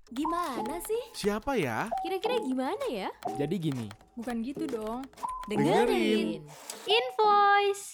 Gimana sih? Siapa ya? Kira-kira gimana ya? Jadi gini, Bukan gitu dong. Dengerin Invoice.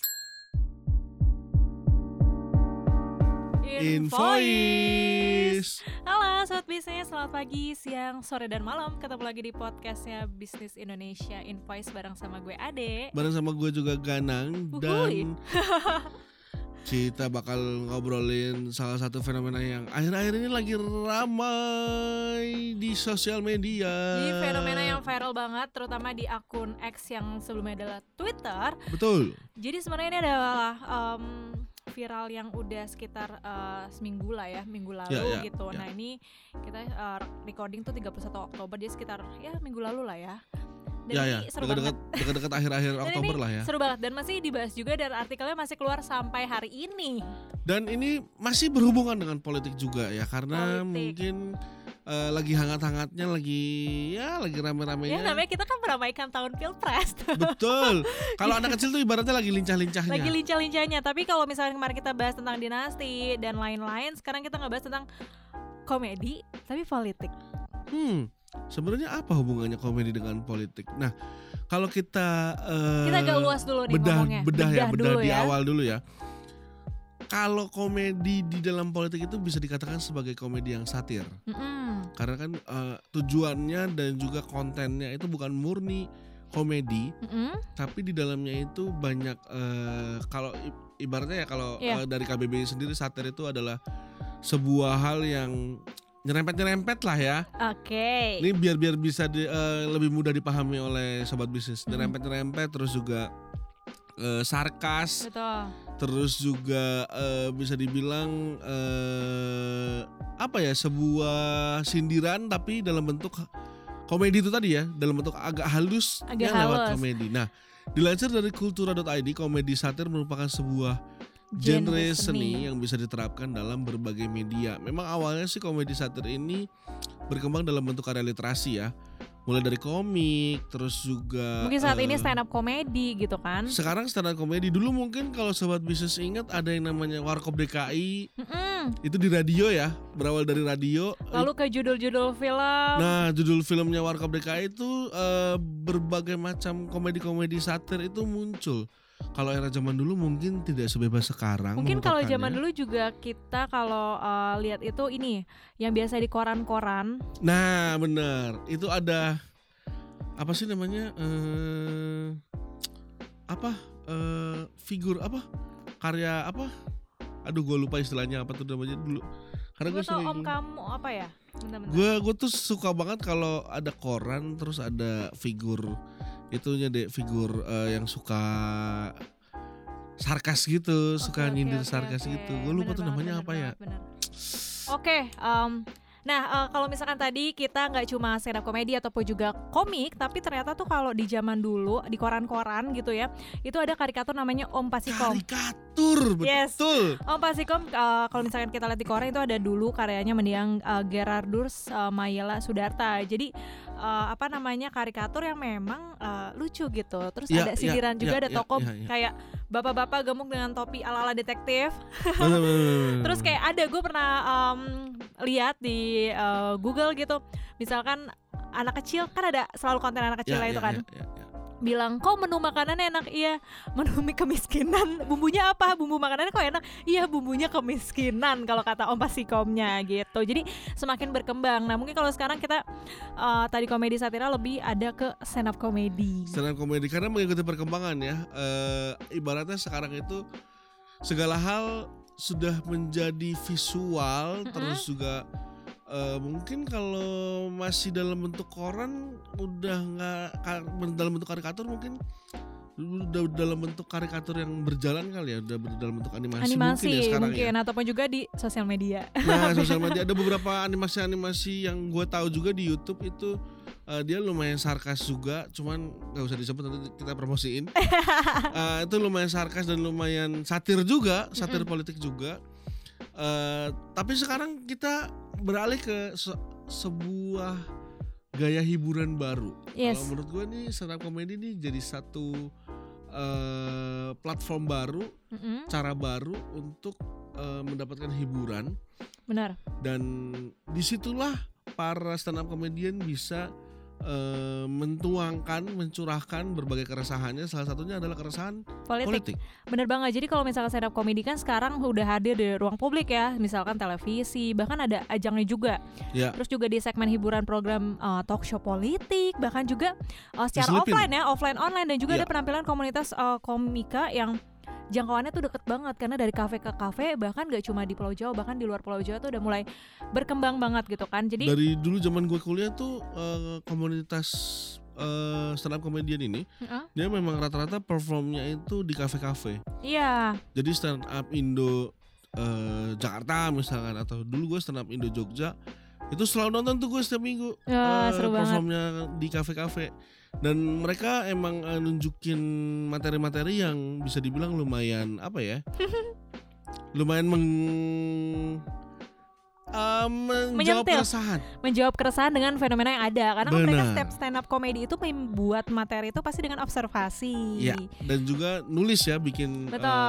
Invoice. Halo Sobat Bisnis, selamat pagi, siang, sore, dan malam. Ketemu lagi di podcastnya Bisnis Indonesia Invoice bareng sama gue Ade. Bareng sama gue juga Ganang. Uhuy. Dan kita bakal ngobrolin salah satu fenomena yang akhir-akhir ini lagi ramai di sosial media. Jadi fenomena yang viral banget, terutama di akun X yang sebelumnya adalah Twitter. Betul. Jadi sebenarnya ini adalah viral yang udah sekitar seminggu lah ya, minggu lalu Ya, gitu. ya. Nah ini kita recording tuh 31 Oktober, jadi sekitar ya minggu lalu lah ya. Dan Ya, ini seru banget. dekat-dekat akhir-akhir Dan Oktober ini lah ya. seru banget dan masih dibahas juga dan artikelnya masih keluar sampai hari ini. Dan ini masih berhubungan dengan politik juga ya, karena Politik. mungkin lagi hangat-hangatnya, lagi rame-ramenya. Ya namanya kita kan meramaikan tahun Pilpres. Betul. Kalau anak kecil tuh ibaratnya lagi lincah-lincahnya. Lagi lincah-lincahnya. Tapi kalau misalnya kemarin kita bahas tentang dinasti dan lain-lain, sekarang kita ngebahas tentang komedi tapi politik. Sebenarnya apa hubungannya komedi dengan politik? Nah, kalau kita Kita agak luas dulu nih ngomongnya. bedah dulu di ya. awal dulu ya. Kalau komedi di dalam politik itu bisa dikatakan sebagai komedi yang satir. Karena kan tujuannya dan juga kontennya itu bukan murni komedi, tapi di dalamnya itu banyak kalau ibaratnya ya kalau Iya. dari KBBI sendiri, satir itu adalah sebuah hal yang nyerempet lah ya. Oke. Ini biar bisa lebih mudah dipahami oleh sobat bisnis. Nyerempet terus juga sarkas, Betul. terus juga bisa dibilang sebuah sindiran tapi dalam bentuk komedi itu tadi ya, dalam bentuk agak halus Agak lewat halus. komedi. Nah, dilansir dari kultura.id, komedi satir merupakan sebuah genre seni yang bisa diterapkan dalam berbagai media. Memang awalnya sih komedi satir ini berkembang dalam bentuk karya literasi ya. Mulai dari komik, terus juga Mungkin saat ini stand up komedi gitu kan. sekarang stand up komedi. Dulu mungkin kalau sobat bisnis ingat ada yang namanya Warkop DKI. Itu di radio ya, berawal dari radio. Lalu ke judul-judul film. Nah, judul filmnya Warkop DKI itu berbagai macam komedi-komedi satir itu muncul. Kalau era zaman dulu mungkin tidak sebebas sekarang. Mungkin kalau zaman mengungkapkannya. dulu juga kita kalau lihat itu ini yang biasa di koran-koran. Nah, benar. Itu ada apa sih namanya? Figur apa? Karya apa? Aduh, gue lupa istilahnya apa tuh namanya dulu. Karena Gue gue tau sering. om kamu apa ya? Bentar-bentar. Gue tuh suka banget kalau ada koran terus ada figur itunya deh, figur yang suka sarkas gitu, suka nyindir sarkas gitu. Gue lupa Bener tuh banget, namanya bener apa ya. banget, bener. Oke, nah kalau misalkan tadi kita nggak cuma stand up komedi ataupun juga komik, tapi ternyata tuh kalau di zaman dulu di koran-koran gitu ya, itu ada karikatur namanya Om Pasikom. Karikatur, Yes. betul. Om Pasikom kalau misalkan kita lihat di koran itu ada dulu karyanya mendiang Gerardus Mayela Sudarta. Jadi karikatur yang memang lucu gitu. Terus Ya, ada sindiran juga, ada tokoh ya. kayak bapak-bapak gemuk dengan topi ala-ala detektif. Bener. Terus kayak ada, gue pernah lihat di Google gitu, misalkan anak kecil kan ada selalu konten anak kecil itu kan. Ya. Bilang kok menu makanan enak, iya menu kemiskinan, bumbunya apa, bumbu makanannya kok enak, iya bumbunya kemiskinan kalau kata Om Pasikomnya gitu. Jadi semakin berkembang. Nah mungkin kalau sekarang kita tadi komedi satira lebih ada ke stand up komedi. Stand up komedi karena mengikuti perkembangan ya. Ibaratnya sekarang itu segala hal sudah menjadi visual, terus juga mungkin kalau masih dalam bentuk koran udah nggak dalam bentuk karikatur, mungkin udah dalam bentuk karikatur yang berjalan kali ya, udah dalam bentuk animasi mungkin ya sekarang ya. Ataupun juga di sosial media. Nah, sosial media ada beberapa animasi yang gue tahu juga di YouTube itu dia lumayan sarkas juga, cuman nggak usah disebut nanti kita promosiin. Itu lumayan sarkas dan lumayan satir juga, satir politik juga. Tapi sekarang kita beralih ke sebuah gaya hiburan baru. Yes. Kalau menurut gue nih stand up comedy nih jadi satu platform baru, cara baru untuk mendapatkan hiburan. Benar. Dan disitulah para stand up comedian bisa mencurahkan berbagai keresahannya. Salah satunya adalah keresahan politik. Bener banget. Jadi kalau misalkan stand up comedy kan sekarang udah hadir di ruang publik ya, misalkan televisi, bahkan ada ajangnya juga. Ya. Terus juga di segmen hiburan program talk show politik, bahkan juga secara offline online, dan juga ada penampilan komunitas komika yang jangkauannya tuh deket banget, karena dari kafe ke kafe, bahkan gak cuma di Pulau Jawa, bahkan di luar Pulau Jawa tuh udah mulai berkembang banget gitu kan. Jadi dari dulu zaman gue kuliah tuh komunitas stand up comedian ini dia memang rata-rata performnya itu di kafe-kafe. Iya. Jadi stand up Indo Jakarta misalkan, atau dulu gue stand up Indo Jogja, itu selalu nonton tuh gue setiap minggu performnya di kafe-kafe. Dan mereka emang nunjukin materi-materi yang bisa dibilang lumayan apa ya? Lumayan menjawab keresahan dengan fenomena yang ada. Karena mereka setiap stand up comedy itu membuat materi itu pasti dengan observasi. Iya. Dan juga nulis ya, bikin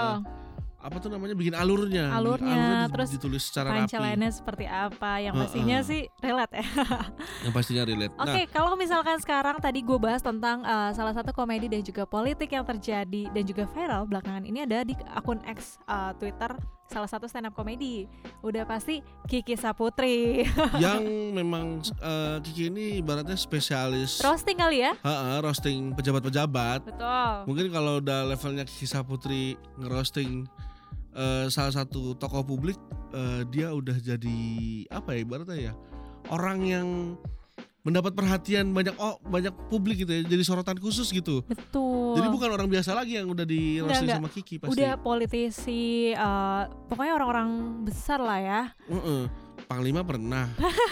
apa tuh namanya, bikin alurnya terus ditulis secara rapi. Punchline-nya seperti apa, yang pastinya sih relate ya. Yang pastinya relate. Oke, kalau misalkan sekarang tadi gue bahas tentang salah satu komedi dan juga politik yang terjadi dan juga viral belakangan ini ada di akun X Twitter salah satu stand up komedi, udah pasti Kiki Saputri. Yang memang Kiki ini ibaratnya spesialis roasting kali ya? Roasting pejabat-pejabat. Betul. Mungkin kalau udah levelnya Kiki Saputri ngerosting salah satu tokoh publik, dia udah jadi apa ya ibaratnya ya, orang yang mendapat perhatian banyak publik gitu ya, jadi sorotan khusus gitu. Betul. Jadi bukan orang biasa lagi yang udah di roasting sama Kiki pasti. Udah politisi, pokoknya orang-orang besar lah ya. Panglima pernah.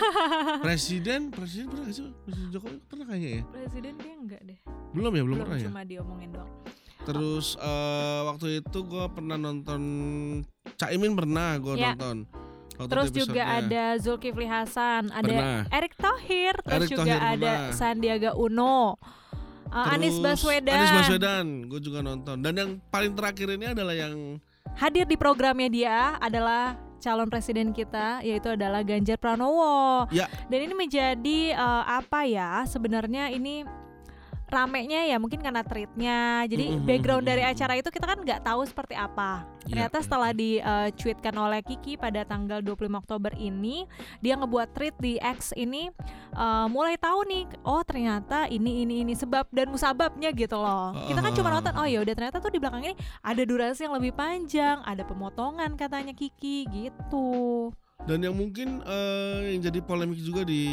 Presiden pernah gak sih? Presiden Jokowi pernah kayaknya ya? Presiden dia enggak deh. Belum pernah ya? Cuma diomongin doang. Terus waktu itu gue pernah nonton Caimin, pernah gue nonton. Terus juga ada Zulkifli Hasan, ada Erick Thohir, terus juga ada Sandiaga Uno, Anies Baswedan, gue juga nonton. Dan yang paling terakhir ini adalah yang hadir di programnya dia adalah calon presiden kita, yaitu adalah Ganjar Pranowo. Ya. Dan ini menjadi apa ya, sebenarnya ini ramenya ya mungkin karena tweetnya. Jadi background dari acara itu kita kan nggak tahu seperti apa. Ternyata setelah di-tweetkan oleh Kiki pada tanggal 25 Oktober ini, dia ngebuat tweet di X ini, mulai tahu nih, oh ternyata ini sebab dan musababnya gitu loh. Kita kan cuma nonton, oh ya udah ternyata tuh di belakang ini ada durasi yang lebih panjang, ada pemotongan katanya Kiki gitu. Dan yang mungkin yang jadi polemik juga di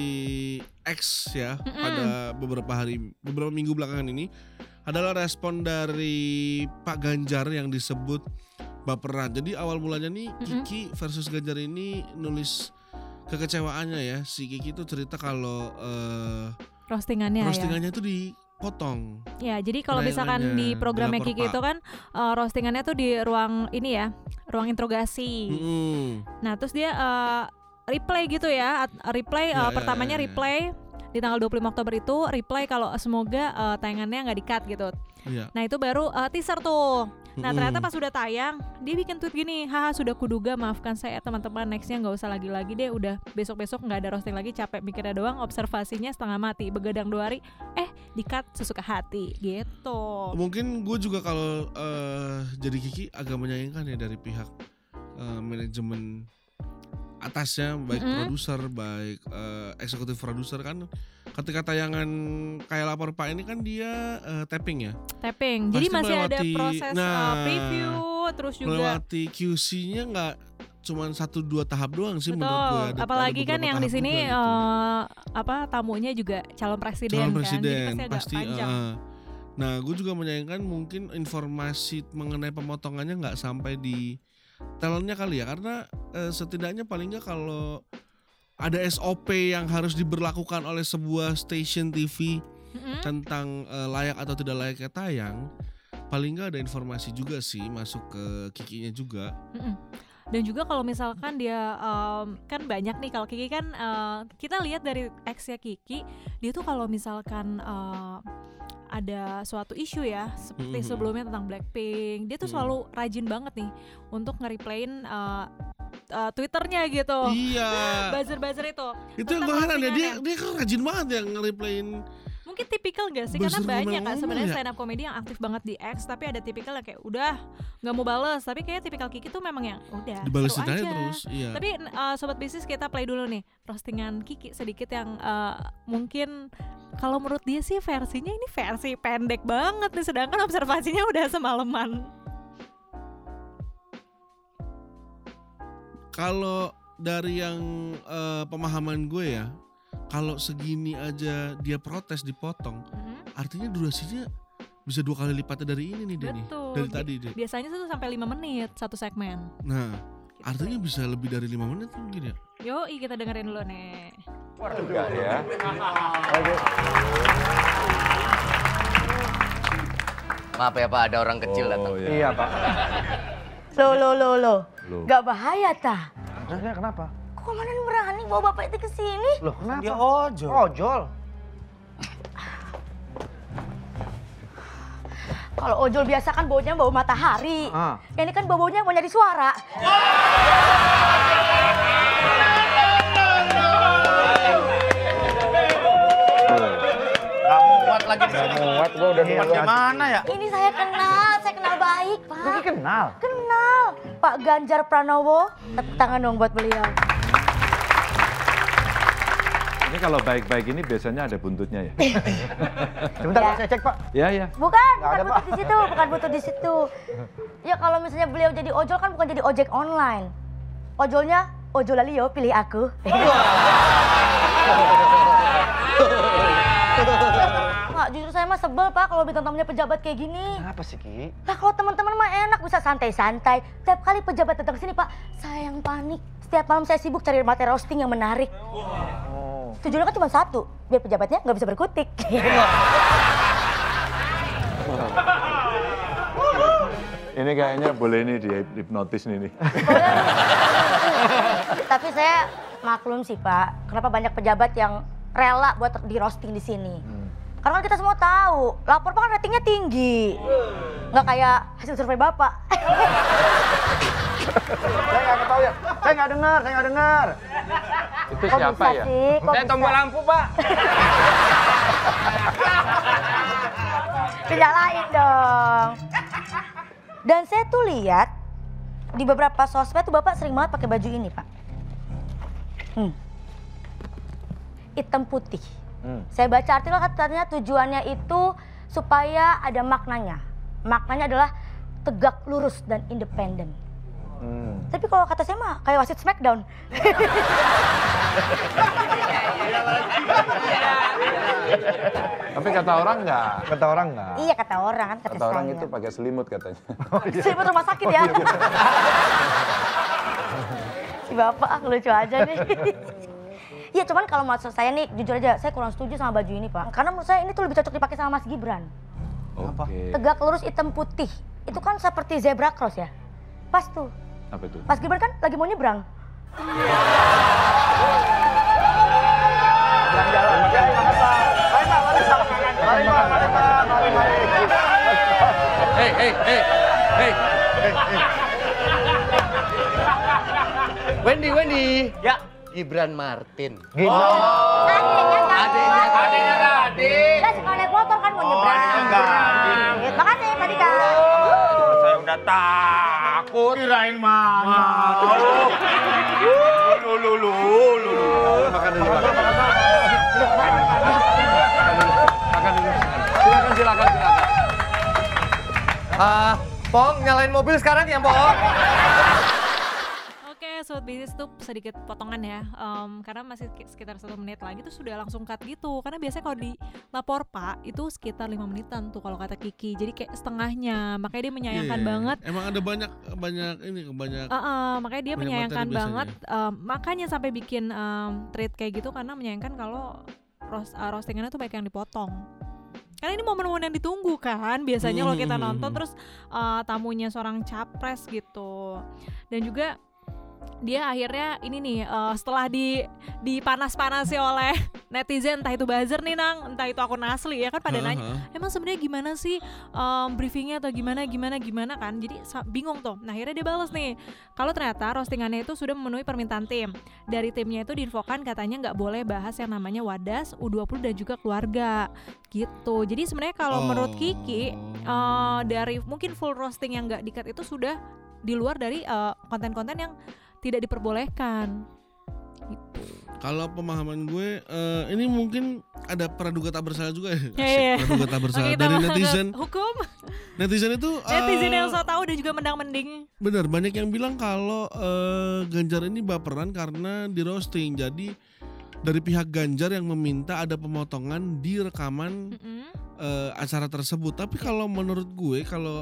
X ya pada beberapa minggu belakangan ini adalah respon dari Pak Ganjar yang disebut baperan. Jadi awal mulanya nih Kiki versus Ganjar ini nulis kekecewaannya ya. Si Kiki tuh cerita kalau roastingannya itu dipotong. Ya, jadi kalau misalkan di programnya Kiki itu kan roastingannya tuh di ruang ini ya, ruang interogasi. Nah, terus dia replay gitu ya, pertamanya replay di tanggal 25 Oktober itu replay kalau semoga tayangannya nggak di-cut gitu. Nah, itu baru teaser tuh. Nah, ternyata pas sudah tayang, dia bikin tweet gini, haha sudah kuduga, maafkan saya teman-teman, nextnya nggak usah lagi deh, udah besok-besok nggak ada roasting lagi, capek mikirnya doang, observasinya setengah mati, begadang 2 hari, di-cut sesuka hati gitu. Mungkin gue juga kalau jadi Kiki agak menyayangkan ya dari pihak manajemen atasnya, baik produser, baik eksekutif produser kan. Ketika tayangan kayak Lapor Pak ini kan dia tapping ya. Tapping. Jadi masih ada proses preview, terus juga melewati QC-nya nggak cuma 1-2 tahap doang sih. Betul. Menurut gue. Apalagi kan yang di sini tamunya juga calon presiden kan. Jadi pasti panjang. Nah, gue juga menyayangkan mungkin informasi mengenai pemotongannya nggak sampai di talentnya kali ya, karena setidaknya paling nggak kalau ada SOP yang harus diberlakukan oleh sebuah stasiun TV tentang layak atau tidak layaknya tayang, paling nggak ada informasi juga sih masuk ke Kikinya juga. Dan juga kalau misalkan dia kan banyak nih, kalau Kiki kan kita lihat dari ex-nya Kiki, dia tuh kalau misalkan ada suatu isu ya seperti sebelumnya tentang Blackpink, dia tuh selalu rajin banget nih untuk nge-replayin Twitternya gitu. Iya. Buzzer itu. Itu yang gue heran ya, dia kan rajin banget ya nge-replayin. Mungkin tipikal gak sih? Buzzer Karena banyak kan ngomel-ngomel sebenarnya ya? stand up comedy yang aktif banget di X, tapi ada tipikal yang kayak udah nggak mau bales. Tapi kayak tipikal Kiki tuh memang yang udah Dibalesin seru aja aja terus. Iya. Tapi sobat bisnis, kita play dulu nih roastingan Kiki sedikit yang mungkin kalau menurut dia sih versinya ini versi pendek banget nih, sedangkan observasinya udah semalaman. Kalau dari yang pemahaman gue ya, kalau segini aja dia protes dipotong, artinya durasinya bisa 2 kali lipatnya dari ini nih Denny. Betul. Dari tadi deh. Biasanya tuh sampai 5 menit satu segmen. Nah, artinya bisa lebih dari 5 menit mungkin ya. Yoi, kita dengerin dulu nih. Enggak ya. Maaf ya Pak, ada orang kecil datang. Iya Pak. Loh. Gak bahaya tah? Kenapa? Kok komandan berani bawa bapak itu ke sini? Loh kenapa? Dia ojol. Ojol? Kalau ojol biasa kan baunya bau matahari. Ah. Ini kan baunya mau nyari suara. Gak muat lagi di sini. Muat gua udah Muat gimana ya? Ini saya kenal baik, Pak. Kiki kenal? Kenal. Pak Ganjar Pranowo. Tepuk tangan dong buat beliau. Ini kalau baik-baik ini biasanya ada buntutnya ya? Sebentar Ya. Pak, saya cek Pak. Ya. Bukan ada, butuh Pak. di situ, bukan butuh di situ. Ya kalau misalnya beliau jadi ojol kan bukan jadi ojek online. Ojolnya ojol Lalio, pilih aku. Pak, jujur saya mah sebel Pak kalau bintang tamunya pejabat kayak gini. Kenapa sih Ki? Lah kalau teman-teman mah enak bisa santai-santai. Setiap kali pejabat datang ke sini Pak, saya yang panik. Setiap malam saya sibuk cari materi roasting yang menarik. Tujuannya kan cuma satu, biar pejabatnya nggak bisa berkutik. Ini kayaknya boleh nih di hipnotis nih. Tapi saya maklum sih Pak, kenapa banyak pejabat yang rela buat di roasting di sini. Karena kan kita semua tahu, lapor Pak kan ratingnya tinggi. Nggak kayak hasil survei Bapak. Saya nggak tahu ya. Saya nggak dengar. Itu Kok siapa bisa ya? sih? Kok Saya bisa? tombol lampu Pak. Dinyalain dong. Dan saya tuh lihat di beberapa sosmed tuh Bapak sering banget pakai baju ini, Pak. Hitam putih. Saya baca artikel katanya tujuannya itu supaya ada maknanya. Maknanya adalah tegak lurus dan independen. Tapi kalau kata saya mah kayak wasit Smackdown. Tapi kata orang enggak. Kata orang nggak? Iya kata orang kan kata Kata orang saya. itu pakai selimut katanya. Selimut rumah sakit ya. Si Bapak lucu aja nih. Iya cuman kalau maksud saya nih jujur aja saya kurang setuju sama baju ini Pak. Karena menurut saya ini tuh lebih cocok dipakai sama Mas Gibran. Oke. Tegak lurus hitam putih. Itu kan seperti zebra cross ya. Pas tuh. Apa itu? Mas Gibran kan lagi mau nyebrang. Hei. Wendy. Ya. Gibran Martin. Adeknya Tadi. Lah suka naik motor kan mau nyebrang. Makasih Pak Dika. Saya udah takut. Kirain mana? Lu. Makan dulu. Silakan. Pong, nyalain mobil sekarang ya, Pong. Oke, Sobat Bisnis tuh sedikit potongan ya, karena masih sekitar 1 menit lagi tuh sudah langsung cut gitu. Karena biasanya kalau di lapor Pak itu sekitar 5 menitan tuh kalau kata Kiki. Jadi kayak setengahnya, makanya dia menyayangkan Iya. banget. Emang ada banyak Makanya dia banyak menyayangkan materi banget, makanya sampai bikin tweet kayak gitu karena menyayangkan kalau roastingannya tuh banyak yang dipotong. Karena ini momen-momen yang ditunggu kan, biasanya kalau kita nonton terus tamunya seorang capres gitu. Dan juga dia akhirnya ini nih setelah dipanas-panasi oleh netizen, entah itu buzzer nih Nang, entah itu akun asli ya kan pada nanya emang sebenarnya gimana sih briefingnya atau gimana kan, jadi bingung tuh. Nah akhirnya dia balas nih kalau ternyata roastingannya itu sudah memenuhi permintaan tim. Dari timnya itu diinfokan katanya nggak boleh bahas yang namanya wadas, U20 dan juga keluarga gitu. Jadi sebenarnya kalau menurut Kiki dari mungkin full roasting yang nggak di-cut itu sudah di luar dari konten-konten yang tidak diperbolehkan gitu. Kalau pemahaman gue ini mungkin ada praduga tak bersalah juga ya. Yeah. Praduga tak bersalah dari netizen. Hukum. Netizen itu netizen yang so tahu dan juga mendang-mending. Bener, banyak yang bilang kalau Ganjar ini baperan karena di roasting. Jadi dari pihak Ganjar yang meminta ada pemotongan di rekaman acara tersebut. Tapi kalau menurut gue kalau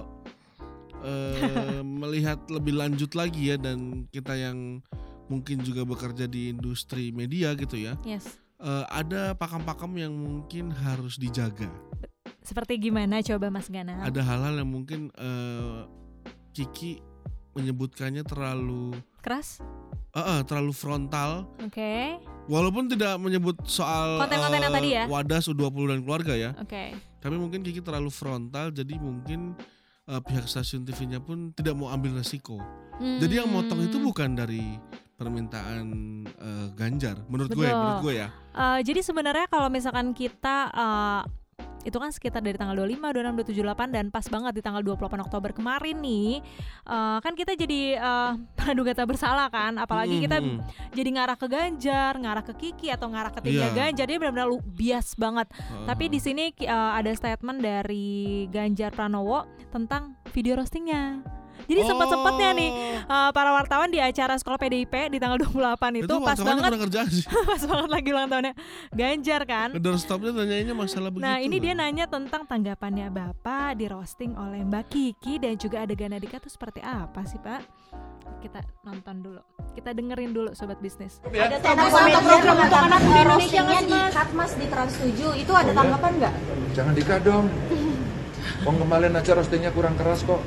melihat lebih lanjut lagi ya, dan kita yang mungkin juga bekerja di industri media gitu ya, ada pakam-pakam yang mungkin harus dijaga. Seperti gimana coba Mas Gana? Ada hal-hal yang mungkin Kiki menyebutkannya terlalu keras, terlalu frontal. Oke. Walaupun tidak menyebut soal konten-konten yang tadi ya, wadas U20 dan keluarga ya. Oke. Tapi mungkin Kiki terlalu frontal, jadi mungkin pihak stasiun TV-nya pun tidak mau ambil resiko. Jadi yang motong itu bukan dari permintaan Ganjar, menurut gue ya. Jadi sebenarnya kalau misalkan kita itu kan sekitar dari tanggal 25, 26, 27, 28 dan pas banget di tanggal 28 Oktober kemarin nih kan kita jadi praduga tak bersalah kan, apalagi kita jadi ngarah ke Ganjar, ngarah ke Kiki atau ngarah ke timnya Ganjar, dia benar-benar bias banget. Tapi di sini ada statement dari Ganjar Pranowo tentang video roastingnya. Jadi sempat-sempatnya nih para wartawan di acara sekolah PDIP di tanggal 28 itu pas banget pas banget lagi ulang tahunnya Ganjar kan. Doorstopnya nanyainnya masalah begitu. Nah ini dia nanya tentang tanggapannya Bapak di roasting oleh Mbak Kiki dan juga adegan Adika itu seperti apa sih Pak? Kita nonton dulu, kita dengerin dulu Sobat Bisnis. Ada tanggapan program untuk anak Indonesia-nya di cut Mas di Trans 7 itu ada tanggapan nggak? Jangan di-cut dong. Kemarin aja roastingnya kurang keras kok.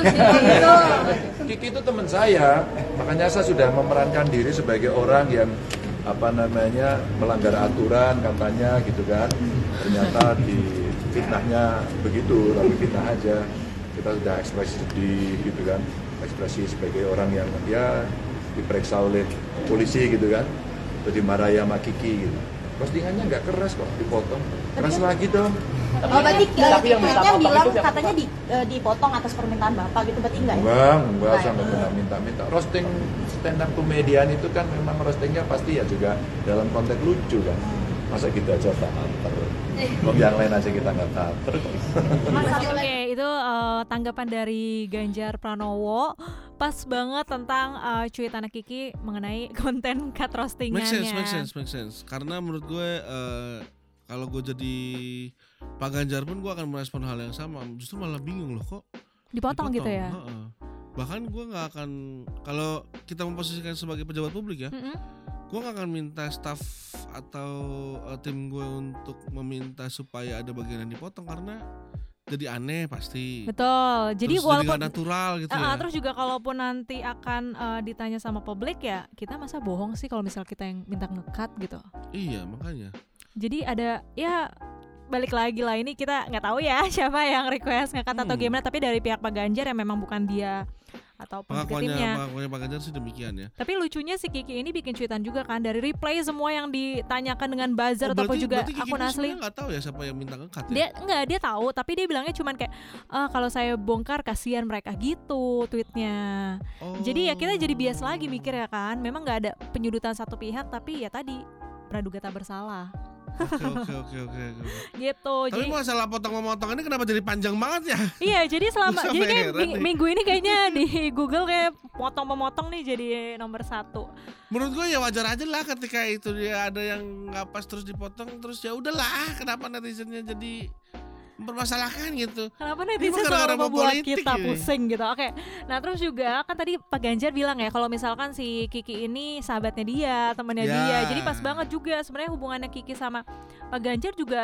Kiki itu teman saya, makanya saya sudah memerankan diri sebagai orang yang melanggar aturan katanya gitu kan. Ternyata di fitnahnya begitu, tapi fitnah aja. Kita sudah ekspresi sedih gitu kan, ekspresi sebagai orang yang dia diperiksa oleh polisi gitu kan, atau dimarahi sama Kiki gitu. Postingannya nggak keras kok, dipotong. Keras lagi dong. Berarti kayaknya bilang katanya dipotong atas permintaan Bapak gitu, berarti enggak ya? Enggak, saya nggak pernah minta-minta. Roasting stand up komedian itu kan memang roastingnya pasti ya juga dalam konteks lucu kan. Masa gitu aja tater. Kalau yang lain aja kita nggak tater. Oke, itu tanggapan dari Ganjar Pranowo pas banget tentang cuitan Kiki mengenai konten cut roastingannya. Make sense. Karena menurut gue kalau gue jadi Pak Ganjar pun gue akan merespon hal yang sama. Justru malah bingung loh kok dipotong gitu ya. Bahkan gue nggak akan, kalau kita memposisikan sebagai pejabat publik ya, gue nggak akan minta staff atau tim gue untuk meminta supaya ada bagian yang dipotong karena jadi aneh pasti. Betul. Jadi terus walaupun jadi natural gitu ya. Terus juga kalaupun nanti akan ditanya sama publik ya, kita masa bohong sih kalau misal kita yang minta nge-cut gitu. Iya makanya. Jadi ada ya balik lagi lah, ini kita nggak tahu ya siapa yang request nge-cut atau gimana, tapi dari pihak Pak Ganjar yang memang bukan dia atau timnya. Pengakuannya Pak Ganjar sih demikian ya. Tapi lucunya si Kiki ini bikin cuitan juga kan, dari replay semua yang ditanyakan dengan buzzer ataupun juga akun asli. Nggak tahu ya siapa yang minta nge-cut ya. Dia tahu, tapi dia bilangnya cuman kayak kalau saya bongkar kasihan mereka gitu tweetnya. Jadi ya kita jadi bias lagi mikir ya kan, memang nggak ada penyudutan satu pihak, tapi ya tadi praduga tak bersalah. Oke. Gitu. Tapi jadi, masalah potong-memotong ini kenapa jadi panjang banget ya? Iya, jadi jadi kayak minggu ini kayaknya di Google kayak potong-memotong nih jadi nomor 1. Menurut gue ya wajar aja lah ketika itu dia ada yang nggak pas terus dipotong, terus ya udahlah, kenapa netizennya jadi mempermasalahkan gitu. Kenapa netizen selalu membuat kita pusing gitu. Oke. Nah terus juga kan tadi Pak Ganjar bilang ya kalau misalkan si Kiki ini sahabatnya dia, temannya dia. Jadi pas banget juga sebenarnya hubungannya Kiki sama Pak Ganjar juga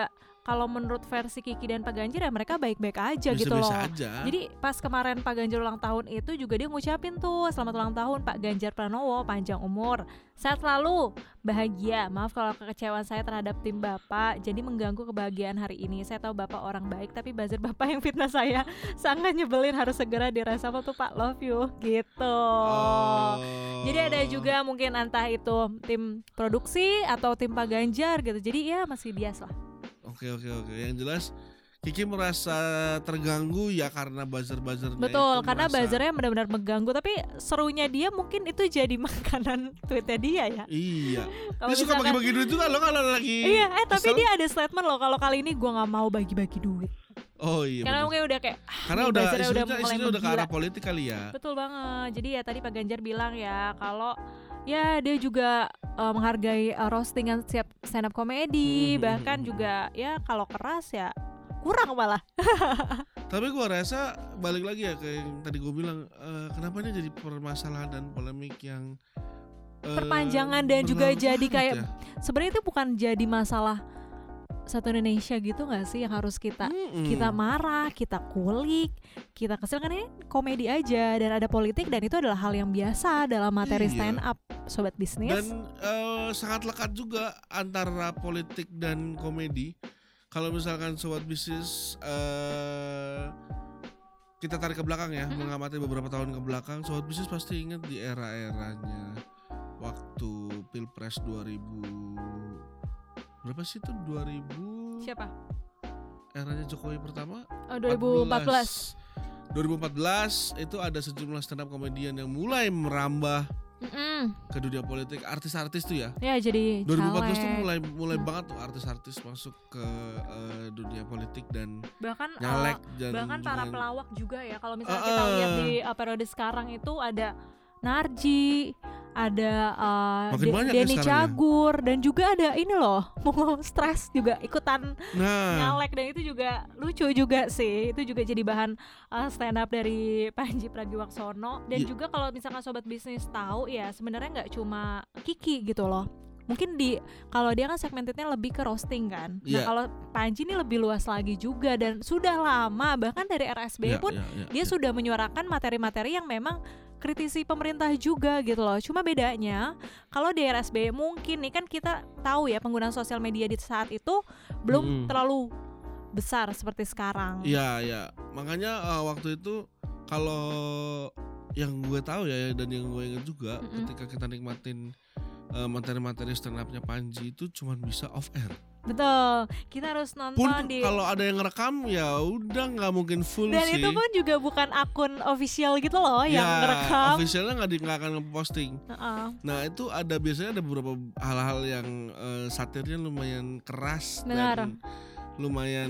kalau menurut versi Kiki dan Pak Ganjar ya mereka baik-baik aja gitu loh. Bisa-bisa aja. Jadi pas kemarin Pak Ganjar ulang tahun itu juga dia ngucapin tuh selamat ulang tahun Pak Ganjar Pranowo, panjang umur, sehat selalu, bahagia. Maaf kalau kekecewaan saya terhadap tim Bapak jadi mengganggu kebahagiaan hari ini. Saya tahu Bapak orang baik tapi buzzer Bapak yang fitnah saya sangat nyebelin, harus segera diresapel tuh Pak, love you gitu. Jadi ada juga mungkin entah itu tim produksi atau tim Pak Ganjar gitu. Jadi ya masih bias lah. Oke. Yang jelas Kiki merasa terganggu ya karena buzzer-buzzernya. Betul, itu karena merasa... buzzernya benar-benar mengganggu. Tapi serunya dia mungkin itu jadi makanan tweetnya dia ya. Iya. Kalau Dia suka misalkan- bagi-bagi duit juga lo kalau lagi. Iya, tapi kesel. dia ada statement loh kalau kali ini gue nggak mau bagi-bagi duit. Oh iya. Karena bener. mungkin udah kayak Karena nih udah buzzernya isunya mulai udah ke menggila. arah politik kali ya. Betul banget. Jadi ya tadi Pak Ganjar bilang ya kalau ya dia juga menghargai roastingan setiap stand up komedi, bahkan juga ya kalau keras ya kurang malah. Tapi gue rasa balik lagi ya kayak yang tadi gue bilang, kenapa ini jadi permasalahan dan polemik yang Perpanjangan dan juga jadi berlarut-larut kayak ya? sebenarnya itu bukan jadi masalah satu Indonesia gitu nggak sih yang harus kita marah, kita kulik, kita kesel, kan ini komedi aja dan ada politik dan itu adalah hal yang biasa dalam materi Iya. stand up sobat bisnis. Dan sangat lekat juga antara politik dan komedi. Kalau misalkan sobat bisnis kita tarik ke belakang ya, mengamati beberapa tahun ke belakang, sobat bisnis pasti ingat di era-eranya waktu Pilpres 2000 berapa sih itu 2000 Siapa? eranya Jokowi pertama 2014. 2014 itu ada sejumlah stand up komedian yang mulai merambah ke dunia politik, artis-artis tuh ya. Ya jadi 2014 tuh caleg. mulai banget tuh artis-artis masuk ke dunia politik dan bahkan nyalek dan bahkan juga para yang- pelawak juga ya. Kalau misalnya kita lihat di periode sekarang itu ada Narji, ada Makin banyak ya Denny sekarang ya. Cagur dan juga ada ini loh mau stres juga ikutan Nah, nyalek, dan itu juga lucu juga sih. Itu juga jadi bahan stand up dari Panji Pragiwaksono. Dan Iya. juga kalau misalkan sobat bisnis tahu ya sebenarnya nggak cuma Kiki gitu loh. Mungkin kalau dia kan segmentednya lebih ke roasting kan. Nah Iya. kalau Panji ini lebih luas lagi juga dan sudah lama bahkan dari RSB Iya, pun iya, dia sudah menyuarakan materi-materi yang memang kritisi pemerintah juga gitu loh. Cuma bedanya kalau di RSB mungkin nih kan kita tahu ya penggunaan sosial media di saat itu belum terlalu besar seperti sekarang. Iya. Makanya waktu itu kalau yang gue tahu ya dan yang gue ingat juga ketika kita nikmatin materi-materi stand up-nya Panji itu cuma bisa off air. Betul. Kita harus nonton Pun di kalau ada yang ngerekam ya udah nggak mungkin full dan sih. itu pun juga bukan akun official gitu loh yang ya, ngerekam. officialnya nggak akan ngeposting. Nah itu biasanya ada beberapa hal-hal yang satirnya lumayan keras Benar. dan lumayan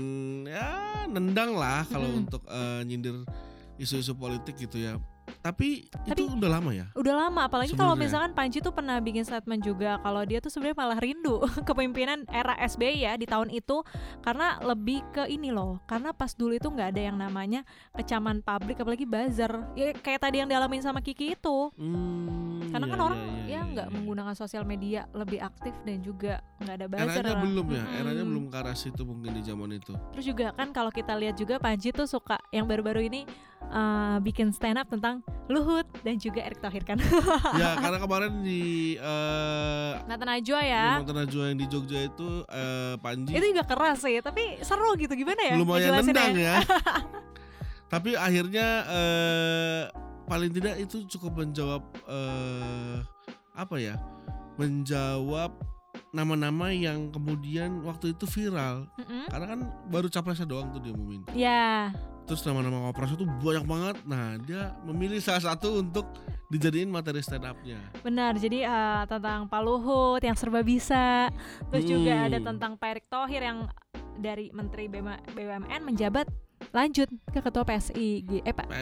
ya nendang lah kalau untuk nyindir isu-isu politik gitu ya. Tapi itu udah lama ya. Udah lama, apalagi kalau Sebenarnya. misalkan Panji tuh pernah bikin statement juga kalau dia tuh sebenarnya malah rindu kepemimpinan era SBY ya di tahun itu, karena lebih ke ini loh, karena pas dulu itu nggak ada yang namanya kecaman publik apalagi buzzer ya kayak tadi yang dialamin sama Kiki itu. Karena kan orang ya nggak menggunakan sosial media lebih aktif dan juga nggak ada buzzer. Eranya belum ya, eranya belum ke arah situ mungkin di zaman itu. Terus juga kan kalau kita lihat juga Panji tuh suka yang baru-baru ini bikin stand up tentang Luhut dan juga Erick Thohir kan. Ya karena kemarin di Nathan Najwa ya. Nathan Najwa yang di Jogja itu Panji Itu juga keras sih, tapi seru gitu, gimana ya? lumayan ngejelasinnya? nendang ya. Tapi akhirnya paling tidak itu cukup menjawab menjawab nama-nama yang kemudian waktu itu viral. Karena kan baru capresnya doang tuh diumumin. Ya. Terus nama-nama wapres itu banyak banget. Nah dia memilih salah satu untuk dijadiin materi stand up-nya. Benar, jadi tentang Pak Luhut yang serba bisa. Terus juga ada tentang Pak Erick Thohir yang dari Menteri BUMN menjabat lanjut ke Ketua PSSI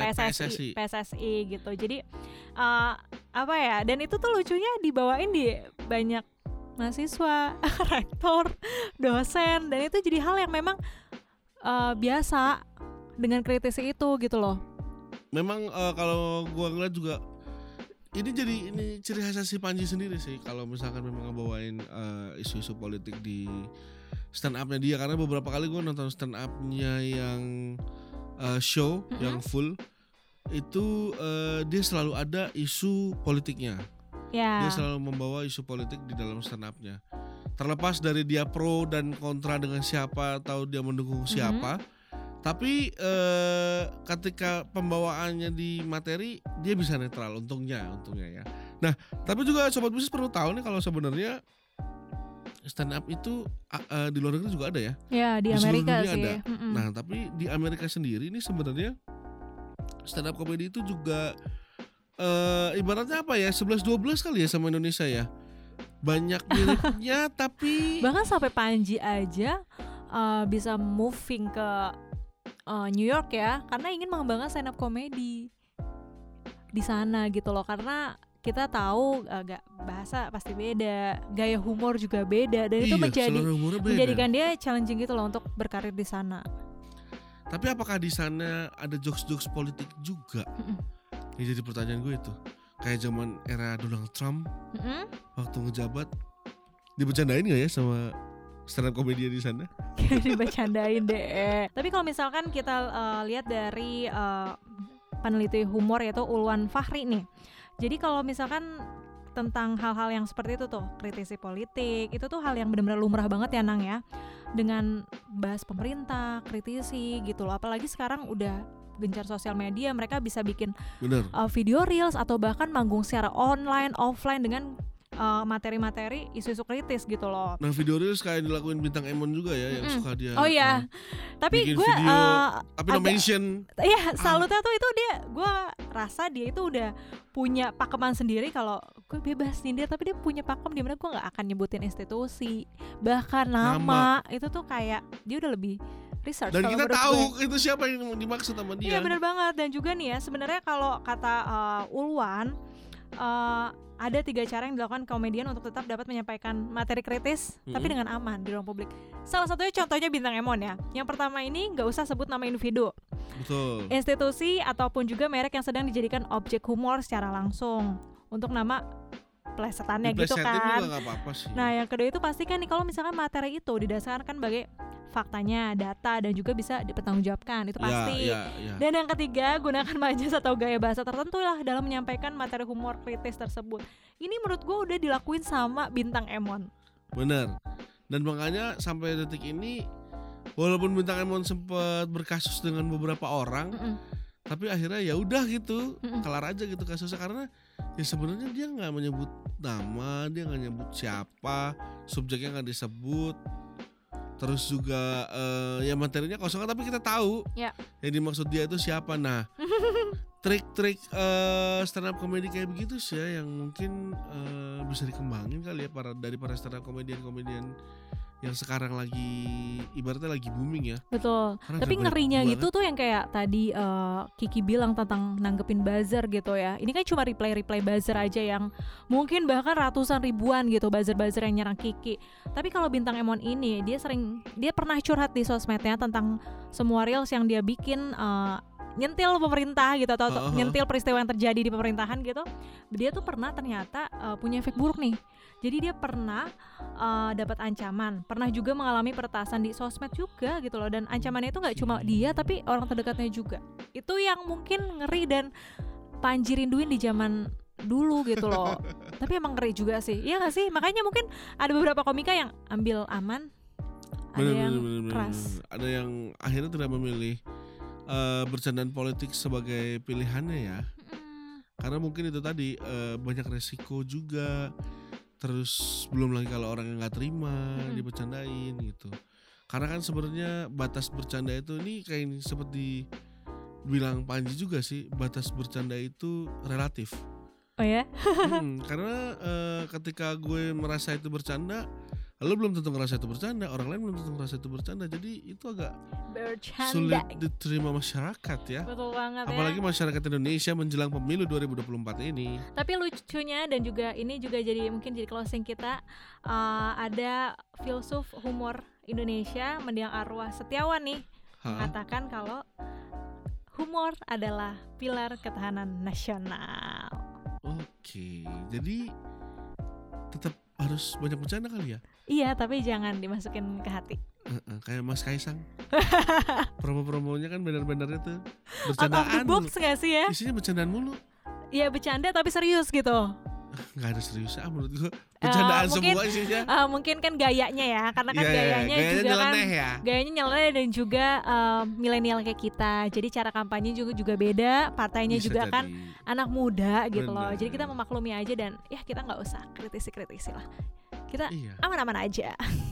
gitu. Jadi dan itu tuh lucunya dibawain di banyak mahasiswa, rektor, dosen, dan itu jadi hal yang memang biasa dengan kritisi itu gitu loh. Memang kalau gua ngeliat juga ini ciri khasnya si Panji sendiri sih kalau misalkan memang ngebawain isu-isu politik di stand up-nya dia, karena beberapa kali gue nonton stand up-nya yang show yang full itu dia selalu ada isu politiknya. Dia selalu membawa isu politik di dalam stand up-nya. Terlepas dari dia pro dan kontra dengan siapa atau dia mendukung siapa, tapi ketika pembawaannya di materi dia bisa netral, untungnya ya. Nah, tapi juga sobat bisnis perlu tahu nih kalau sebenarnya stand up itu di luar negeri juga ada ya. Ya, di Amerika sih. Ada. Nah, tapi di Amerika sendiri ini sebenarnya stand up comedy itu juga ibaratnya apa ya, 11-12 kali ya sama Indonesia ya. Banyak miripnya tapi bahkan sampai Panji aja bisa moving ke New York ya, karena ingin mengembangkan stand up comedy di sana gitu loh, karena kita tahu agak bahasa pasti beda, gaya humor juga beda, dan itu menjadikan dia challenging gitu loh untuk berkarir di sana. Tapi apakah di sana ada jokes-jokes politik juga? Ini jadi pertanyaan gue itu. Kayak zaman era Donald Trump waktu ngejabat, dibercandain gak ya sama stand up komedian di sana? Dibercandain deh. Tapi kalau misalkan kita lihat dari peneliti humor yaitu Ulwan Fahri nih. Jadi kalau misalkan tentang hal-hal yang seperti itu tuh, kritisi politik, itu tuh hal yang benar-benar lumrah banget ya Nang ya. Dengan bahas pemerintah, kritisi gitu loh. Apalagi sekarang udah gencar sosial media, mereka bisa bikin video reels atau bahkan manggung secara online, offline dengan materi-materi isu-isu kritis gitu loh. Nah, video reels kayak dilakuin Bintang Emon juga ya, yang suka dia. Oh iya. Tapi gue tapi no mention. Iya, salutnya tuh itu gue rasa dia itu udah punya pakeman sendiri. Kalau gue bebas nih dia, tapi dia punya pakem di mana gue nggak akan nyebutin institusi, bahkan nama. Itu tuh kayak dia udah lebih research. Dan kita tahu itu siapa yang dimaksud sama dia. Iya benar banget. Dan juga nih ya, sebenarnya kalau kata Ulwan, ada 3 cara yang dilakukan komedian untuk tetap dapat menyampaikan materi kritis tapi dengan aman di ruang publik. Salah satunya contohnya Bintang Emon ya. Yang pertama ini nggak usah sebut nama individu, institusi ataupun juga merek yang sedang dijadikan objek humor secara langsung untuk nama plesetannya gitu kan. Juga gak apa-apa sih. Nah yang kedua itu pastikan nih kalau misalkan materi itu didasarkan sebagai faktanya, data, dan juga bisa dipertanggungjawabkan, itu pasti. Dan yang ketiga, gunakan majas atau gaya bahasa tertentu lah dalam menyampaikan materi humor kritis tersebut. Ini menurut gue udah dilakuin sama Bintang Emon. Bener. Dan makanya sampai detik ini, walaupun Bintang Emon sempat berkasus dengan beberapa orang, tapi akhirnya ya udah gitu, kelar aja gitu kasusnya, karena ya sebenarnya dia nggak menyebut nama, dia nggak nyebut siapa, subjeknya nggak disebut. Terus juga ya materinya kosong, tapi kita tahu yang dimaksud dia itu siapa. Nah, trik-trik stand up comedy kayak begitu sih ya, yang mungkin bisa dikembangin kali ya dari para stand up komedian yang sekarang lagi ibaratnya lagi booming ya. Betul. Karena tapi ngerinya gitu tuh yang kayak tadi Kiki bilang tentang nanggepin buzzer gitu ya. Ini kan cuma reply buzzer aja yang mungkin bahkan ratusan ribuan gitu buzzer yang nyerang Kiki. Tapi kalau Bintang Emon ini dia pernah curhat di sosmednya tentang semua reels yang dia bikin nyentil pemerintah gitu atau nyentil peristiwa yang terjadi di pemerintahan gitu. Dia tuh pernah ternyata punya efek buruk nih. Jadi dia pernah dapat ancaman, pernah juga mengalami peretasan di sosmed juga gitu loh. Dan ancamannya itu nggak cuma dia tapi orang terdekatnya juga. Itu yang mungkin ngeri dan Panji rinduin di zaman dulu gitu loh. Tapi emang ngeri juga sih, iya nggak sih? Makanya mungkin ada beberapa komika yang ambil aman, ada yang keras, ada yang akhirnya tidak memilih bercandaan politik sebagai pilihannya ya. Karena mungkin itu tadi banyak resiko juga. Terus belum lagi kalau orang yang nggak terima dibercandain gitu. Karena kan sebenarnya batas bercanda itu ini kayak seperti bilang Panji juga sih, batas bercanda itu relatif. Oh ya? Karena ketika gue merasa itu bercanda, lo belum tentu ngerasa itu bercanda, orang lain belum tentu ngerasa itu bercanda. Jadi itu agak sulit diterima masyarakat ya. Betul banget. Apalagi masyarakat Indonesia menjelang pemilu 2024 ini. Tapi lucunya dan juga ini juga jadi mungkin jadi closing kita, ada filsuf humor Indonesia Mendiang Arwah Setiawan nih mengatakan kalau humor adalah pilar ketahanan nasional. Oke, jadi tetap harus banyak bercanda kali ya? Iya, tapi jangan dimasukin ke hati. Kayak Mas Kaisang. Promo-promonya kan benar-benarnya tuh Out of the bercandaan box mulu. gak sih ya? Isinya bercandaan mulu. Iya bercanda tapi serius gitu. Nggak ada seriusnya menurut gue. Bercandaan mungkin, semua isinya. Mungkin kan gayanya ya, karena kan Iya, gayanya juga nyeleneh kan ya. gayanya nyeleneh dan juga milenial kayak kita. Jadi cara kampanye juga beda, partainya Bisa juga jadi. kan anak muda gitu loh. Benar. Jadi kita memaklumi aja dan ya kita nggak usah kritisi lah. Kita Iya. aman-aman aja.